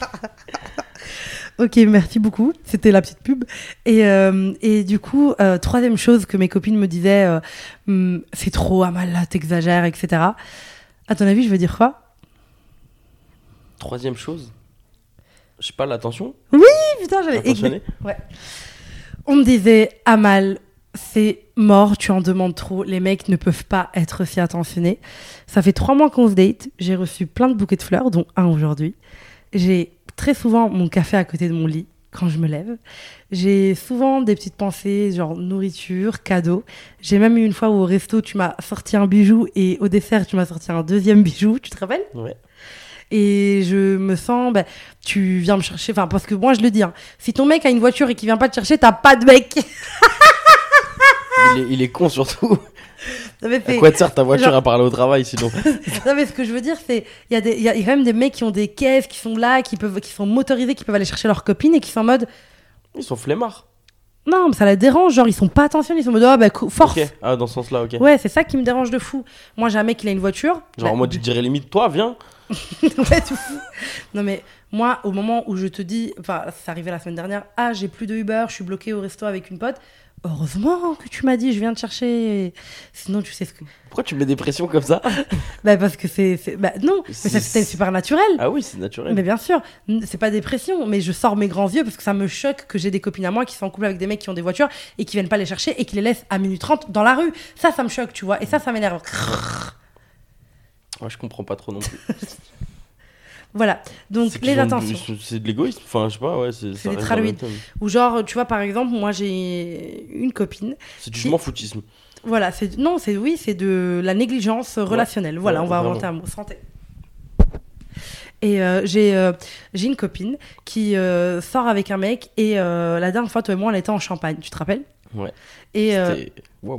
Ok, merci beaucoup. C'était la petite pub. Et, euh, et du coup, euh, troisième chose que mes copines me disaient, euh, Hum, c'est trop, Amal, là, t'exagères, et cetera. À ton avis, je veux dire quoi? Troisième chose. Je sais pas, l'attention. Oui, putain, j'avais... Attentionné. Ouais. On me disait, Amal, c'est mort, tu en demandes trop. Les mecs ne peuvent pas être aussi attentionnés. Ça fait trois mois qu'on se date. J'ai reçu plein de bouquets de fleurs, dont un aujourd'hui. J'ai très souvent mon café à côté de mon lit quand je me lève. J'ai souvent des petites pensées, genre nourriture, cadeaux. J'ai même eu une fois où au resto, tu m'as sorti un bijou et au dessert, tu m'as sorti un deuxième bijou. Tu te rappelles ? Ouais. Et je me sens, bah, tu viens me chercher. Enfin, parce que moi, je le dis, hein, si ton mec a une voiture et qu'il vient pas te chercher, t'as pas de mec. Il est, il est con surtout. Non, mais À c'est- quoi te sert ta voiture genre- à parler au travail sinon? Non, mais ce que je veux dire, c'est il y, a des- il y a quand même des mecs qui ont des caisses, qui sont là, qui, peuvent, qui sont motorisés, qui peuvent aller chercher leurs copines et qui sont en mode Ils sont flemmards. non, mais ça la dérange. Genre, ils sont pas attentionnés, ils sont en mode ah bah cou- force. Ok. Ah, dans ce sens-là, ok. Ouais, c'est ça qui me dérange de fou. Moi, j'ai un mec qui a une voiture. Genre, bah, moi, tu dirais limite, toi, viens. ouais, tout fou. Non, mais moi, au moment où je te dis, enfin, c'est arrivé la semaine dernière, ah, j'ai plus de Uber, je suis bloquée au resto avec une pote. Heureusement que tu m'as dit, je viens te chercher. Sinon, tu sais ce que. Pourquoi tu mets des pressions comme ça? Bah, parce que c'est. c'est- Bah, non, mais ça, C'est- c'était super naturel. Ah oui, c'est naturel. Mais bien sûr, n- c'est pas des pressions, mais je sors mes grands yeux parce que ça me choque que j'ai des copines à moi qui sont en couple avec des mecs qui ont des voitures et qui viennent pas les chercher et qui les laissent à minuit trente dans la rue. Ça, ça me choque, tu vois. Et ça, ça m'énerve. Ouais, je comprends pas trop non plus. Voilà. Donc, C'est les qu'ils ont- attentions. C'est c'est de l'égoïsme. Enfin, je sais pas, ouais. C'est ça des reste tralouides. dans le thème. Ou genre, tu vois, par exemple, moi, j'ai une copine. C'est du je m'en foutisme. Voilà, c'est non, c'est oui, c'est de la négligence relationnelle. Voilà, Ouais, on va vraiment. inventer un mot. Santé. Et euh, j'ai euh, j'ai une copine qui euh, sort avec un mec et euh, la dernière fois, toi et moi, on était en Champagne, tu te rappelles? Ouais. Et, euh, C'était- Wow.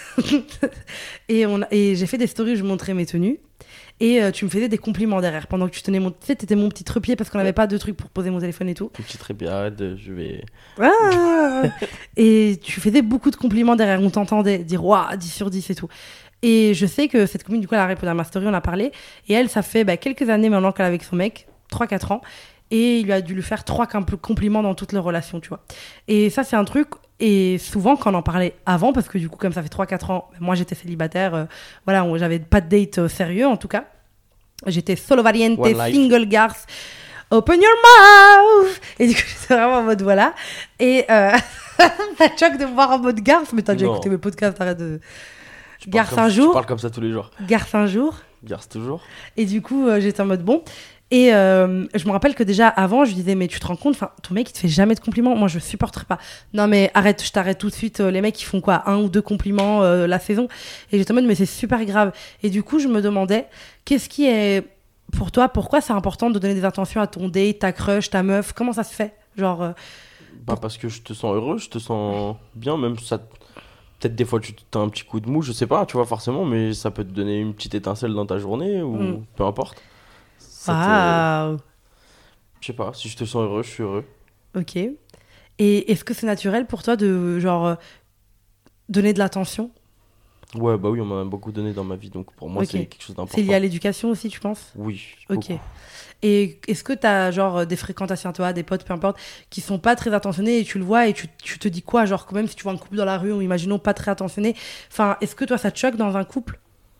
et, on a- et j'ai fait des stories où je montrais mes tenues. Et euh, tu me faisais des compliments derrière pendant que tu tenais mon. Tu sais, t'étais mon petit trépied parce qu'on n'avait pas de truc pour poser mon téléphone et tout. Une petite répé- arrête, je vais. Ah et tu faisais beaucoup de compliments derrière. On t'entendait dire waouh, dix sur dix et tout. Et je sais que cette copine, du coup, elle a répondu à ma story, on a parlé. Et elle, ça fait bah, quelques années maintenant qu'elle est avec son mec, trois quatre ans. Et il lui a dû lui faire trois com- compliments dans toute leur relation, tu vois. Et ça, c'est un truc. Et souvent, quand on en parlait avant, parce que du coup, comme ça fait trois quatre ans, moi j'étais célibataire, euh, voilà, on- j'avais pas de date euh, sérieux en tout cas. J'étais solo variante, One life. single garce. Open your mouth! Et du coup, j'étais vraiment en mode voilà. Et euh, ça te choque de me voir en mode garce, mais t'as déjà Non. écouté mes podcasts, arrête de. Tu parles Garce comme- un Tu jour, parles comme ça tous les jours. garce un jour. Garce toujours. Et du coup, euh, j'étais en mode bon. Et euh, je me rappelle que déjà avant, je lui disais, mais tu te rends compte, enfin, ton mec, il te fait jamais de compliments. Moi, je supporterais pas. Non, mais arrête, je t'arrête tout de suite. Euh, Les mecs, ils font quoi, un ou deux compliments euh, la saison. Et j'étais en mode, mais c'est super grave. Et du coup, je me demandais, qu'est-ce qui est pour toi, pourquoi c'est important de donner des attentions à ton date, ta crush, ta meuf? Comment ça se fait? Genre, euh, Bah, parce que je te sens heureux, je te sens bien, même ça. Peut-être des fois tu as un petit coup de mou, je sais pas, tu vois, forcément, mais ça peut te donner une petite étincelle dans ta journée ou Mm. peu importe. Ça te- waouh, Je sais pas, si je te sens heureux, je suis heureux. ok. Et est-ce que c'est naturel pour toi de, genre, euh, donner de l'attention? Ouais, bah oui, on m'en a beaucoup donné dans ma vie, donc pour moi, Ok. c'est quelque chose d'important. C'est lié à l'éducation aussi, tu penses? Oui, Ok. beaucoup. Et est-ce que tu as genre des fréquentations à toi, des potes, peu importe, qui sont pas très attentionnés et tu le vois et tu, tu te dis quoi? Genre, quand même, si tu vois un couple dans la rue ou imaginons pas très attentionné, enfin, est-ce que toi ça te choque dans un couple?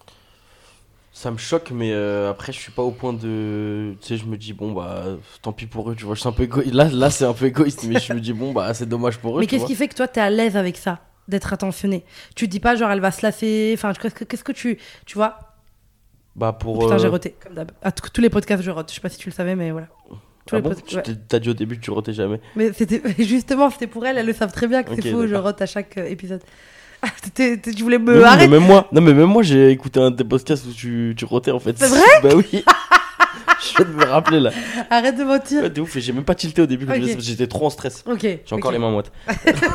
Ça me choque, mais euh, après, je suis pas au point de. Tu sais, je me dis, bon, bah, tant pis pour eux, tu vois, je suis un peu égoïste. Là, là c'est un peu égoïste, mais je me dis, bon, bah, c'est dommage pour eux. Mais tu qu'est-ce vois. qui fait que toi t'es à l'aise avec ça, d'être attentionné? Tu te dis pas genre elle va se lasser, enfin, qu'est-ce que, qu'est-ce que tu. Tu vois? Bah, pour. Putain, euh, j'ai roté, comme d'hab. À t- tous les podcasts, je rote. Je sais pas si tu le savais, mais voilà. Tous Ah les bon podcasts, Tu ouais. t'es- T'as dit au début que tu rotais jamais. Mais c'était justement, c'était pour elles, elles le savent très bien que c'est Ok, faux, je d'accord. rote à chaque euh, épisode. Ah, t'étais- t'étais- tu voulais me Mais oui, mais arrêter? même moi, non mais même moi j'ai écouté un de tes podcasts où tu, tu rotais en fait. C'est vrai Bah oui. Je viens de me rappeler là. Arrête de mentir. Ouais, de ouf, et j'ai même pas tilté au début, comme je Ok. disais, parce que j'étais trop en stress. Ok. J'ai encore ok. les mains moites.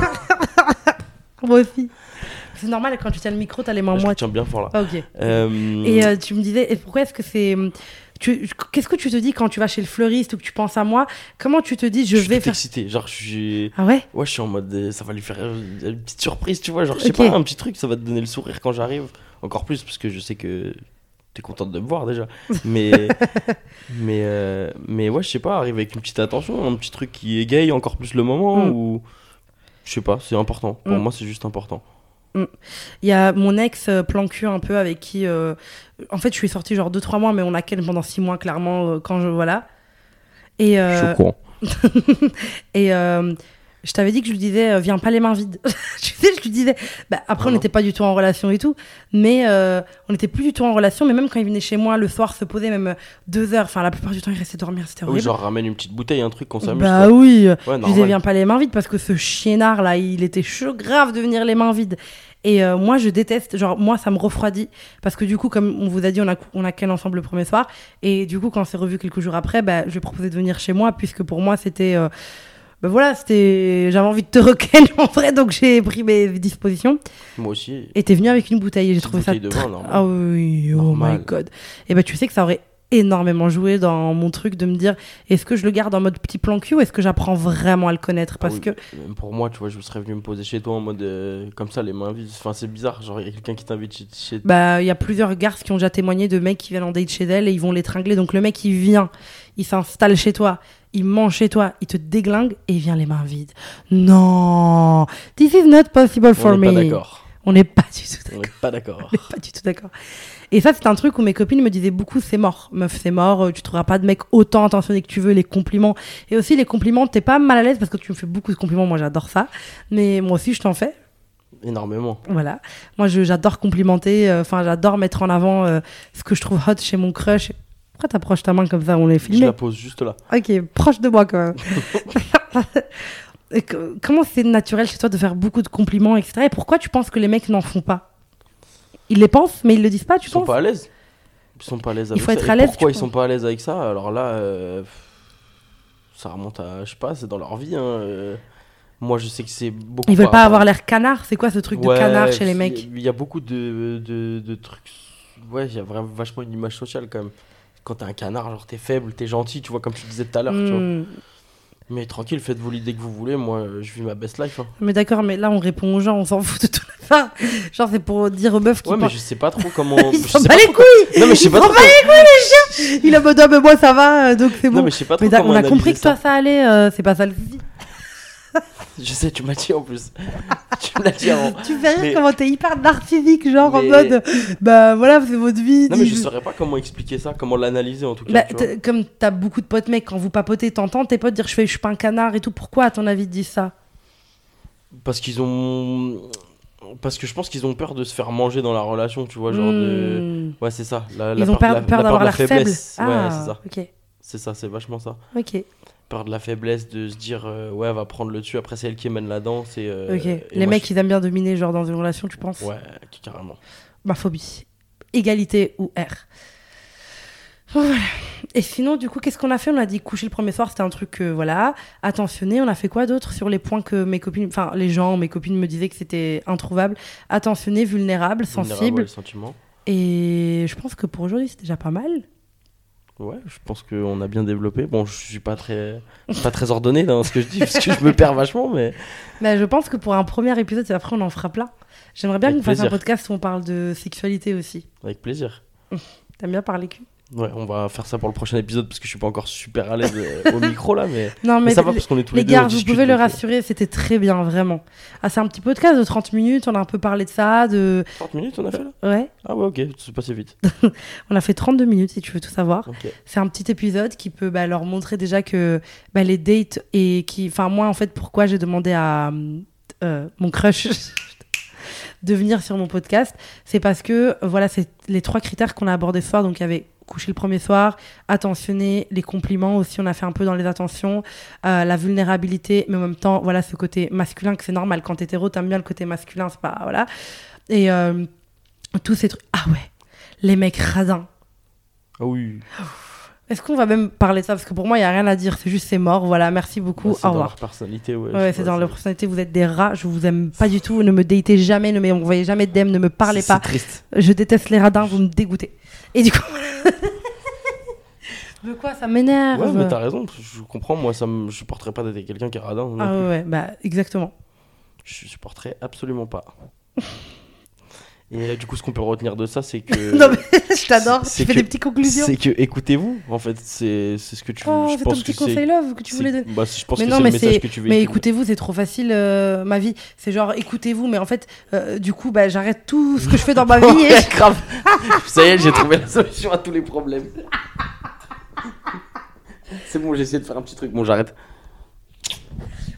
Moi aussi. C'est normal, quand tu tiens le micro, t'as les mains Je le moites. tiens bien fort là. Ah, ok. Euh, Et euh, tu me disais, et pourquoi est-ce que c'est. Tu... Qu'est-ce que tu te dis quand tu vas chez le fleuriste ou que tu penses à moi? Comment tu te dis, je, je suis vais tout faire. excité. Genre, je suis. Ah ouais? Ouais, je suis en mode. euh, Ça va lui faire euh, une petite surprise, tu vois. Genre, je sais Ok. pas, un petit truc, ça va te donner le sourire quand j'arrive. Encore plus, parce que je sais que t'es contente de me voir déjà. Mais. mais, euh, mais ouais, je sais pas, arriver avec une petite attention, un petit truc qui égaye encore plus le moment Mm. ou. Je sais pas, c'est important. Pour Mm. moi, c'est juste important. Il y a mon ex euh, plan cul un peu avec qui. euh, En fait, je suis sortie genre deux trois mois, mais on a ken pendant six mois, clairement, euh, quand je. Voilà. Et. Je suis euh, au courant. Et euh, Je t'avais dit que je lui disais, euh, viens pas les mains vides. Tu sais, je lui disais. Bah, après, Ah on non. n'était pas du tout en relation et tout, mais euh, on n'était plus du tout en relation. Mais même quand il venait chez moi le soir se poser, même euh, deux heures, enfin, la plupart du temps, il restait dormir. C'était Ah horrible. oui, genre ramène une petite bouteille, un truc qu'on s'amuse. Bah quoi. oui, Ouais, je lui disais, normal. viens pas les mains vides parce que ce chiennard là, il était chaud grave de venir les mains vides. Et euh, moi, je déteste, genre, moi, ça me refroidit parce que du coup, comme on vous a dit, on a, on a ken ensemble le premier soir. Et du coup, quand on s'est revu quelques jours après, bah, je lui ai proposé de venir chez moi puisque pour moi, c'était. Euh, bah voilà, c'était. J'avais envie de te reken en vrai, donc j'ai pris mes dispositions. Moi aussi. Et t'es venu avec une bouteille et j'ai Petite trouvé ça. bouteille de vin, normal. Ah oui, oh Normal. my god. Et bah, tu sais que ça aurait énormément joué dans mon truc de me dire est-ce que je le garde en mode petit plan cul ou est-ce que j'apprends vraiment à le connaître parce Ah oui, que même pour moi, tu vois, je serais venu me poser chez toi en mode euh, comme ça, les mains vides. Enfin, c'est bizarre. Genre, il y a quelqu'un qui t'invite chez. chez... bah il y a plusieurs garces qui ont déjà témoigné de mecs qui viennent en date chez elles et ils vont l'étrangler. Donc le mec il vient, il s'installe chez toi, il mange chez toi, il te déglingue et il vient les mains vides. Non, this is not possible for On me. n'est pas d'accord. On n'est pas du tout d'accord. On n'est pas d'accord. On n'est pas du tout d'accord. Et ça, c'est un truc où mes copines me disaient beaucoup, c'est mort. Meuf, c'est mort. euh, Tu trouveras pas de mec autant attentionné que tu veux. Les compliments. Et aussi, les compliments, t'es pas mal à l'aise parce que tu me fais beaucoup de compliments. Moi, j'adore ça. Mais moi aussi, je t'en fais. Énormément. Voilà. Moi, je- j'adore complimenter. Enfin, j'adore mettre en avant euh, ce que je trouve hot chez mon crush. Pourquoi t'approches ta main comme ça? On est Je filmé. la pose juste là. Ok, proche de moi quand même. Et que- comment c'est naturel chez toi de faire beaucoup de compliments, et cetera. Et pourquoi tu penses que les mecs n'en font pas? Ils les pensent, mais ils le disent pas, tu Ils sont penses? pas à l'aise. Ils sont pas à l'aise avec faut ça. être Et à l'aise, pourquoi tu ils sont pas à l'aise avec ça? Alors là, euh, ça remonte à, je sais pas, c'est dans leur vie. Hein. euh. Moi, je sais que c'est beaucoup. Ils veulent par pas rapport- avoir l'air canard. C'est quoi ce truc de Ouais, canard chez les mecs? Il y a beaucoup de, de, de trucs. Ouais, il y a vraiment vachement une image sociale quand même. Quand t'es un canard, genre t'es faible, t'es gentil, tu vois, comme tu disais tout à l'heure. tu vois. Hmm. Mais tranquille, faites-vous l'idée que vous voulez. Moi, euh, je vis ma best life. Hein. Mais d'accord, mais là on répond aux gens, on s'en fout de tout ça. Genre c'est pour dire aux meufs qui Ouais, mais pensent- je sais pas trop comment. Ils je s'en sais bat pas les trop- couilles. Non, mais je sais Ils pas s'en trop. bat les couilles les chiens. Il a mode ah, mais moi ça va, euh, donc c'est bon. Non, mais je sais pas trop Mais da- comment on a analyser compris que ça. toi ça allait, euh, c'est pas ça le souci. Je sais, tu m'as dit en plus. Tu me l'as dit avant. Tu fais rire Mais- comment t'es hyper narcissique, genre en Mais- mode bah voilà, c'est votre vie. Non, mais je dis- saurais pas comment expliquer ça, comment l'analyser en tout cas. Bah, tu vois. t- comme t'as beaucoup de potes mecs, quand vous papotez, t'entends tes potes dire je, fais, je suis pas un canard et tout. Pourquoi à ton avis ils disent ça? Parce qu'ils ont. Parce que je pense qu'ils ont peur de se faire manger dans la relation, tu vois, genre de. Hmm. Ouais, c'est ça. La, Ils la ont peur, peur, la- peur la d'avoir de la l'air faible. faiblesse. Ah, Ouais, c'est ça. ok, C'est ça, c'est vachement ça. ok, Peur de la faiblesse, de se dire, euh, ouais, elle va prendre le dessus, après c'est elle qui mène la danse. Et, euh, ok. et Les moi, mecs, ils aiment bien dominer, genre dans une relation, tu penses? je- Ouais, carrément. Ma phobie. Égalité ou R. Voilà. Et sinon, du coup, qu'est-ce qu'on a fait? On a dit coucher le premier soir, c'était un truc, euh, voilà, attentionné. On a fait quoi d'autre sur les points que mes copines, enfin, les gens, mes copines me disaient que c'était introuvable? Attentionné, vulnérable, Vulnérable, sensible. ouais, le sentiment. Et je pense que pour aujourd'hui, c'est déjà pas mal. Ouais, je pense qu'on a bien développé. Bon, je suis pas très, pas très ordonné dans ce que je dis, parce que je me perds vachement, mais. Mais je pense que pour un premier épisode, et après, on en fera plein. J'aimerais bien Avec qu'on fasse un plaisir. podcast où on parle de sexualité aussi. Avec plaisir. T'aimes bien parler cul? Ouais, on va faire ça pour le prochain épisode parce que je suis pas encore super à l'aise euh, au micro là, mais, Non, mais mais ça va les- parce qu'on est tous Les les, deux. gars, on vous discute, pouvez le donc, euh, rassurer, c'était très bien, vraiment. Ah, c'est un petit podcast de trente minutes, on a un peu parlé de ça, de... trente minutes on a fait là Ouais, Ah ouais, ok, c'est passé vite. on a fait trente-deux minutes, si tu veux tout savoir. Ok. C'est un petit épisode qui peut bah, leur montrer déjà que bah, les dates et qui... Enfin, moi, en fait, pourquoi j'ai demandé à euh, mon crush de venir sur mon podcast, c'est parce que, voilà, c'est les trois critères qu'on a abordés ce soir. Donc, il y avait coucher le premier soir, attentionner, les compliments aussi, on a fait un peu dans les attentions, euh, la vulnérabilité, mais en même temps, voilà, ce côté masculin, que c'est normal. Quand t'es hétéro, t'aimes bien le côté masculin, c'est pas... Voilà. Et euh, tous ces trucs... Ah ouais, les mecs radins. Ah oui. Est-ce qu'on va même parler de ça? Parce que pour moi, il n'y a rien à dire. C'est juste, c'est mort. Voilà, merci beaucoup. Bah, Au c'est dans revoir. leur personnalité, ouais. Ouais, je c'est vois, dans leur personnalité. Vous êtes des rats. Je vous aime pas du tout. Ne me datez jamais. Ne m'envoyez jamais de D M. Ne me parlez c'est- pas. C'est triste. Je déteste les radins. Vous me dégoûtez. Et du coup... De quoi? Ça m'énerve. Ouais, mais t'as raison, je comprends, moi ça me... je supporterais pas d'être quelqu'un qui est radin. non Ah plus. ouais, ouais, bah exactement. Je supporterais absolument pas. Et euh, du coup, ce qu'on peut retenir de ça, c'est que. Non mais je t'adore. c'est Tu fais que- des petites conclusions. C'est que écoutez-vous, en fait, c'est c'est ce que tu Oh, je c'est ton pense petit que c'est- conseil love que tu c'est- voulais donner. Bah, je pense Mais que non, c'est mais le message c'est- que tu veux. Mais écoutez-vous, c'est trop facile, euh, ma vie. C'est genre, écoutez-vous, mais en fait, euh, du coup, bah, j'arrête tout ce que je fais dans ma vie. Et... Ouais, grave. Ça y est, j'ai trouvé la solution à tous les problèmes. C'est bon, j'ai essayé de faire un petit truc. Bon, j'arrête.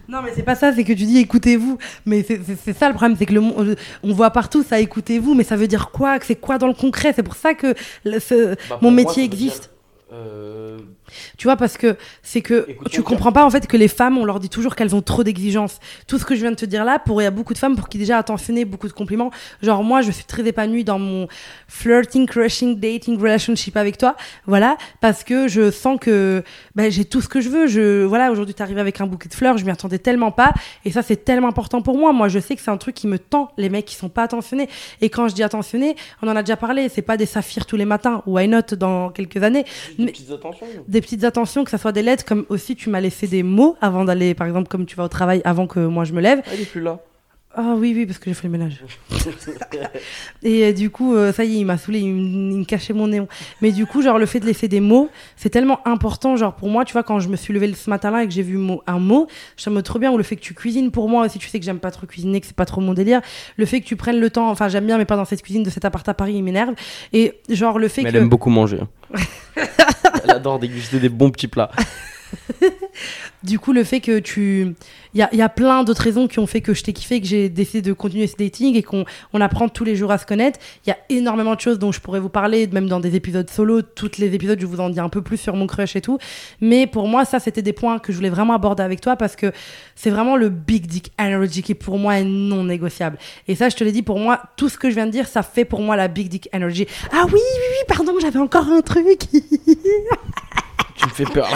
Non, mais c'est pas ça, c'est que tu dis écoutez-vous. Mais c'est, c'est, c'est ça le problème, c'est que le, on, on voit partout ça, écoutez-vous, mais ça veut dire quoi? C'est quoi dans le concret? C'est pour ça que le, ce, Bah, mon pour métier moi, ça veut existe. dire, euh, Tu vois, parce que c'est que Écoute tu ton cœur. comprends pas en fait que les femmes, on leur dit toujours qu'elles ont trop d'exigences. Tout ce que je viens de te dire là, pour il y a beaucoup de femmes pour qui déjà attentionné, beaucoup de compliments. Genre moi, je suis très épanouie dans mon flirting, crushing, dating, relationship avec toi, voilà, parce que je sens que ben, j'ai tout ce que je veux. Je voilà, aujourd'hui t'es arrivé avec un bouquet de fleurs, je m'y attendais tellement pas, et ça c'est tellement important pour moi. Moi, je sais que c'est un truc qui me tend, les mecs qui sont pas attentionnés. Et quand je dis attentionnés, on en a déjà parlé, c'est pas des saphirs tous les matins, why not dans quelques années. des Mais- petites attentions. Des petites attentions, que ça soit des lettres, comme aussi tu m'as laissé des mots avant d'aller, par exemple, comme tu vas au travail avant que moi je me lève. Ah, il est plus là. Ah oui, oui, parce que j'ai fait le ménage. Et euh, du coup, euh, ça y est, il m'a saoulé, il, me- il me cachait mon néon. Mais du coup, genre, le fait de laisser des mots, c'est tellement important. Genre, pour moi, tu vois, quand je me suis levée ce matin-là et que j'ai vu mot, un mot, je me trop bien. Ou le fait que tu cuisines pour moi aussi, tu sais que j'aime pas trop cuisiner, que c'est pas trop mon délire. Le fait que tu prennes le temps, enfin, j'aime bien, mais pas dans cette cuisine de cet appart à Paris, il m'énerve. Et genre, le fait Mais que. elle aime beaucoup manger. hein. Elle adore déguster des bons petits plats. Du coup, le fait que tu... Il y a, y a plein d'autres raisons qui ont fait que je t'ai kiffé, que j'ai décidé de continuer ce dating et qu'on on apprend tous les jours à se connaître. Il y a énormément de choses dont je pourrais vous parler, même dans des épisodes solo. Tous les épisodes, je vous en dis un peu plus sur mon crush et tout. Mais pour moi, ça, c'était des points que je voulais vraiment aborder avec toi parce que c'est vraiment le big dick energy qui, pour moi, est non négociable. Et ça, je te l'ai dit, pour moi, tout ce que je viens de dire, ça fait pour moi la big dick energy. Ah oui, oui, oui, pardon, j'avais encore un truc. Tu me fais peur.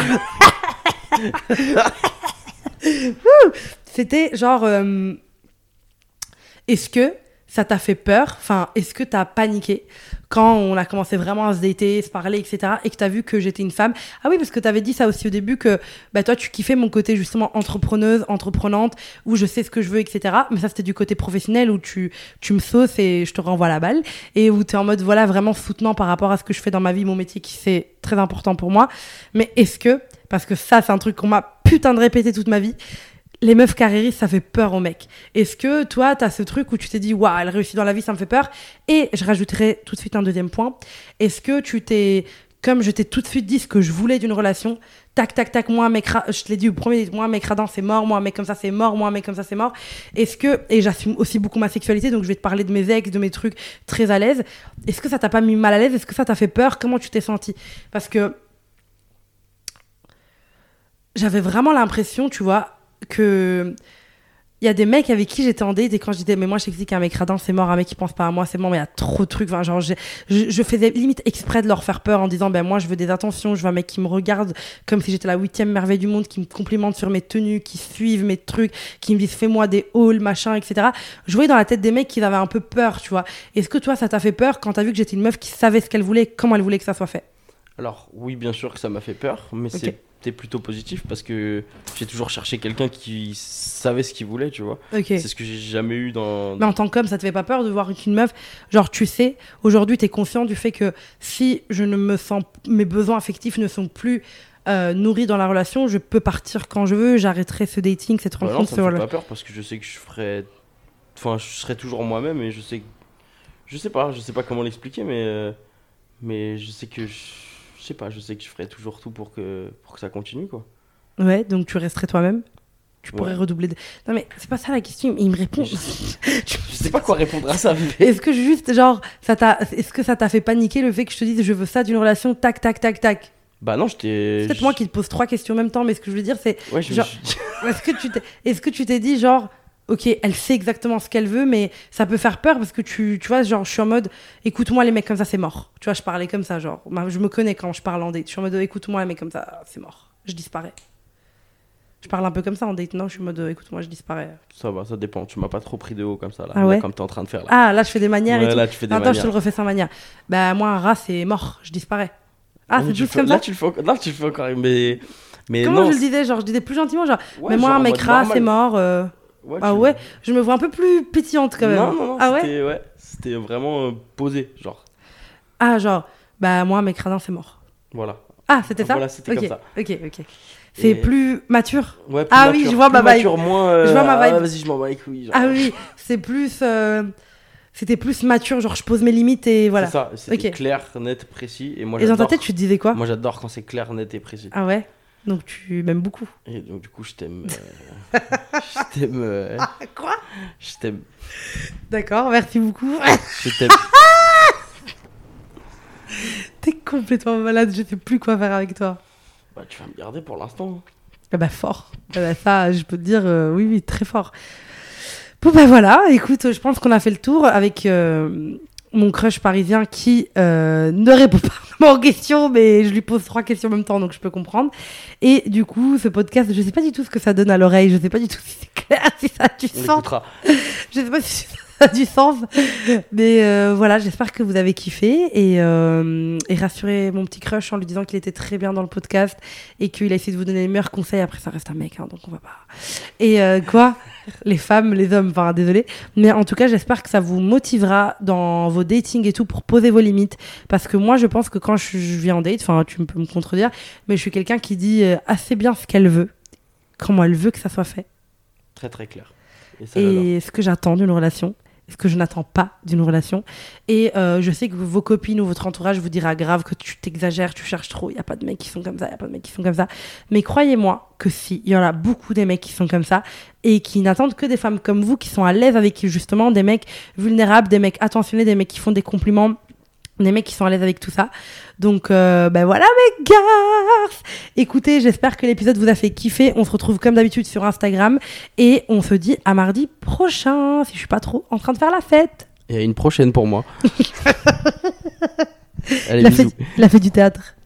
C'était genre, euh, est-ce que ça t'a fait peur? Enfin, est-ce que t'as paniqué quand on a commencé vraiment à se dater, se parler, et cetera. Et que t'as vu que j'étais une femme? Ah oui, parce que t'avais dit ça aussi au début que bah, toi, tu kiffais mon côté justement entrepreneuse, entreprenante, où je sais ce que je veux, et cetera. Mais ça, c'était du côté professionnel où tu, tu me sauces et je te renvoie la balle. Et où t'es en mode, voilà, vraiment soutenant par rapport à ce que je fais dans ma vie, mon métier qui c'est très important pour moi. Mais est-ce que, parce que ça, c'est un truc qu'on m'a putain de répété toute ma vie, les meufs carriéristes, ça fait peur aux mecs. Est-ce que toi, t'as ce truc où tu t'es dit, waouh, elle réussit dans la vie, ça me fait peur? Et je rajouterai tout de suite un deuxième point. Est-ce que tu t'es, comme je t'ai tout de suite dit ce que je voulais d'une relation, tac, tac, tac, moi, un mec, ra- je te l'ai dit au premier, moi, un mec radin, c'est mort, moi, un mec comme ça, c'est mort, moi, un mec comme ça, c'est mort. Est-ce que, et j'assume aussi beaucoup ma sexualité, donc je vais te parler de mes ex, de mes trucs très à l'aise. Est-ce que ça t'a pas mis mal à l'aise? Est-ce que ça t'a fait peur? Comment tu t'es sentie? Parce que j'avais vraiment l'impression, tu vois, que il y a des mecs avec qui j'étais en date et quand je disais mais moi je t'explique qu'un mec radin c'est mort, un mec qui pense pas à moi c'est mort, mais il y a trop de trucs, enfin, genre j'ai- je, je faisais limite exprès de leur faire peur en disant ben moi je veux des attentions, je veux un mec qui me regarde comme si j'étais la huitième merveille du monde, qui me complimente sur mes tenues, qui suivent mes trucs, qui me disent fais-moi des hauls machin, etc. Je voyais dans la tête des mecs qu'ils avaient un peu peur, tu vois. Est-ce que toi ça t'a fait peur quand t'as vu que j'étais une meuf qui savait ce qu'elle voulait, comment elle voulait que ça soit fait? Alors, oui, bien sûr que ça m'a fait peur, mais Ok. c'était plutôt positif parce que j'ai toujours cherché quelqu'un qui savait ce qu'il voulait, tu vois. Ok. C'est ce que j'ai jamais eu dans. Mais en tant qu'homme, ça te fait pas peur de voir qu'une meuf, genre tu sais, aujourd'hui t'es conscient du fait que si je ne me sens, mes besoins affectifs ne sont plus euh, nourris dans la relation, je peux partir quand je veux, j'arrêterai ce dating, cette Bah non, rencontre. ça ce me fait rela- pas peur parce que je sais que je ferai. Enfin, je serai toujours moi-même et je sais. que- Je sais pas, je sais pas comment l'expliquer, mais. euh, Mais je sais que. Je... je sais pas, je sais que je ferai toujours tout pour que, pour que ça continue, quoi. Ouais, donc tu resterais toi-même. Tu pourrais Ouais. redoubler. De... Non mais c'est pas ça la question. Il me répond. Je Je sais pas quoi répondre à ça, mais. Est-ce que juste genre ça t'a, est-ce que ça t'a fait paniquer le fait que je te dise je veux ça d'une relation, tac tac tac tac. Bah non, je t'ai. C'est peut-être moi qui te pose trois questions en même temps, mais ce que je veux dire c'est Ouais, je genre- Est-ce que tu t'es, est-ce que tu t'es dit genre, ok, elle sait exactement ce qu'elle veut, mais ça peut faire peur parce que tu, tu vois, genre, je suis en mode, écoute-moi les mecs comme ça, c'est mort. Tu vois, je parlais comme ça, genre, bah, je me connais quand je parle en date. Je suis en mode, écoute-moi les mecs comme ça, c'est mort. Je disparais. Je parle un peu comme ça en date, non? Je suis en mode, écoute-moi, je disparais. Ça va, ça dépend. Tu m'as pas trop pris de haut comme ça, là, Ah là, ouais comme t'es en train de faire là. Ah, là, je fais des manières et Ouais, tout. là, tu fais des Attends, je te le manières. refais sans manière. Bah, moi, un rat, c'est mort. Je disparais. Ah, Mais c'est tu juste le fais- comme là, ça? tu le fais encore. Là, tu le fais encore. Mais. Mais Comment non. je le disais? Genre, je disais plus gentiment, genre, Ouais, mais moi, genre un en mec mode rat, normal. c'est mort. euh. Ouais, Ah tu- ouais? Je me vois un peu plus pétillante quand même. Non, non, non. Ah ouais? C'était ouais, c'était vraiment euh, posé, genre. Ah, genre, bah, moi, un mec radin, c'est mort. Voilà. Ah, c'était ça? Voilà, c'était Ok, comme ça. Ok, ok. C'est Et- plus mature. Ouais, plus Ah oui, mature, je vois plus ma vibe. mature, moins. euh, Je vois ma vibe. Ah, vas-y, je m'en bats les couilles. genre. Ah oui, c'est plus. euh, C'était plus mature, genre je pose mes limites et voilà. C'est ça, c'était Ok. clair, net, précis. Et moi, Et dans ta j'adore. tête, tu te disais quoi? Moi, j'adore quand c'est clair, net et précis. Ah ouais? Donc tu m'aimes beaucoup. Et donc du coup, je t'aime. Euh... je t'aime. Euh... Quoi? Je t'aime. D'accord, merci beaucoup. Je t'aime. T'es complètement malade, je sais plus quoi faire avec toi. Bah, tu vas me garder pour l'instant. Ah bah fort. Ah bah ça, je peux te dire, euh, oui, oui, très fort. Bon bah voilà, écoute, je pense qu'on a fait le tour avec euh, mon crush parisien qui euh, ne répond pas vraiment aux questions, mais je lui pose trois questions en même temps, donc je peux comprendre. Et du coup, ce podcast, je sais pas du tout ce que ça donne à l'oreille, je sais pas du tout si c'est clair, si ça a du On sens. l'écoutera. Je sais pas si ça a du sens, mais euh, voilà, j'espère que vous avez kiffé et, euh, et rassurez mon petit crush en lui disant qu'il était très bien dans le podcast et qu'il a essayé de vous donner les meilleurs conseils. Après, ça reste un mec, hein, donc on va pas. Et euh, quoi, les femmes, les hommes, enfin désolé, mais en tout cas, j'espère que ça vous motivera dans vos datings et tout pour poser vos limites, parce que moi, je pense que quand je, je viens en date, enfin, tu peux me contredire, mais je suis quelqu'un qui dit euh, assez bien ce qu'elle veut, comment elle veut que ça soit fait. Très très clair. Et, ça, Et ce que j'attends d'une relation, ce que je n'attends pas d'une relation. Et euh, je sais que vos copines ou votre entourage vous dira grave que tu t'exagères, tu cherches trop, il n'y a pas de mecs qui sont comme ça, il n'y a pas de mecs qui sont comme ça. Mais croyez-moi que si, il y en a beaucoup des mecs qui sont comme ça et qui n'attendent que des femmes comme vous qui sont à l'aise avec justement des mecs vulnérables, des mecs attentionnés, des mecs qui font des compliments, des mecs qui sont à l'aise avec tout ça. Donc euh, ben voilà mes gars, écoutez, j'espère que l'épisode vous a fait kiffer. On se retrouve comme d'habitude sur Instagram et on se dit à mardi prochain, si je suis pas trop en train de faire la fête. Et à une prochaine pour moi. Allez, il, a bisous. fait, il a fait du théâtre.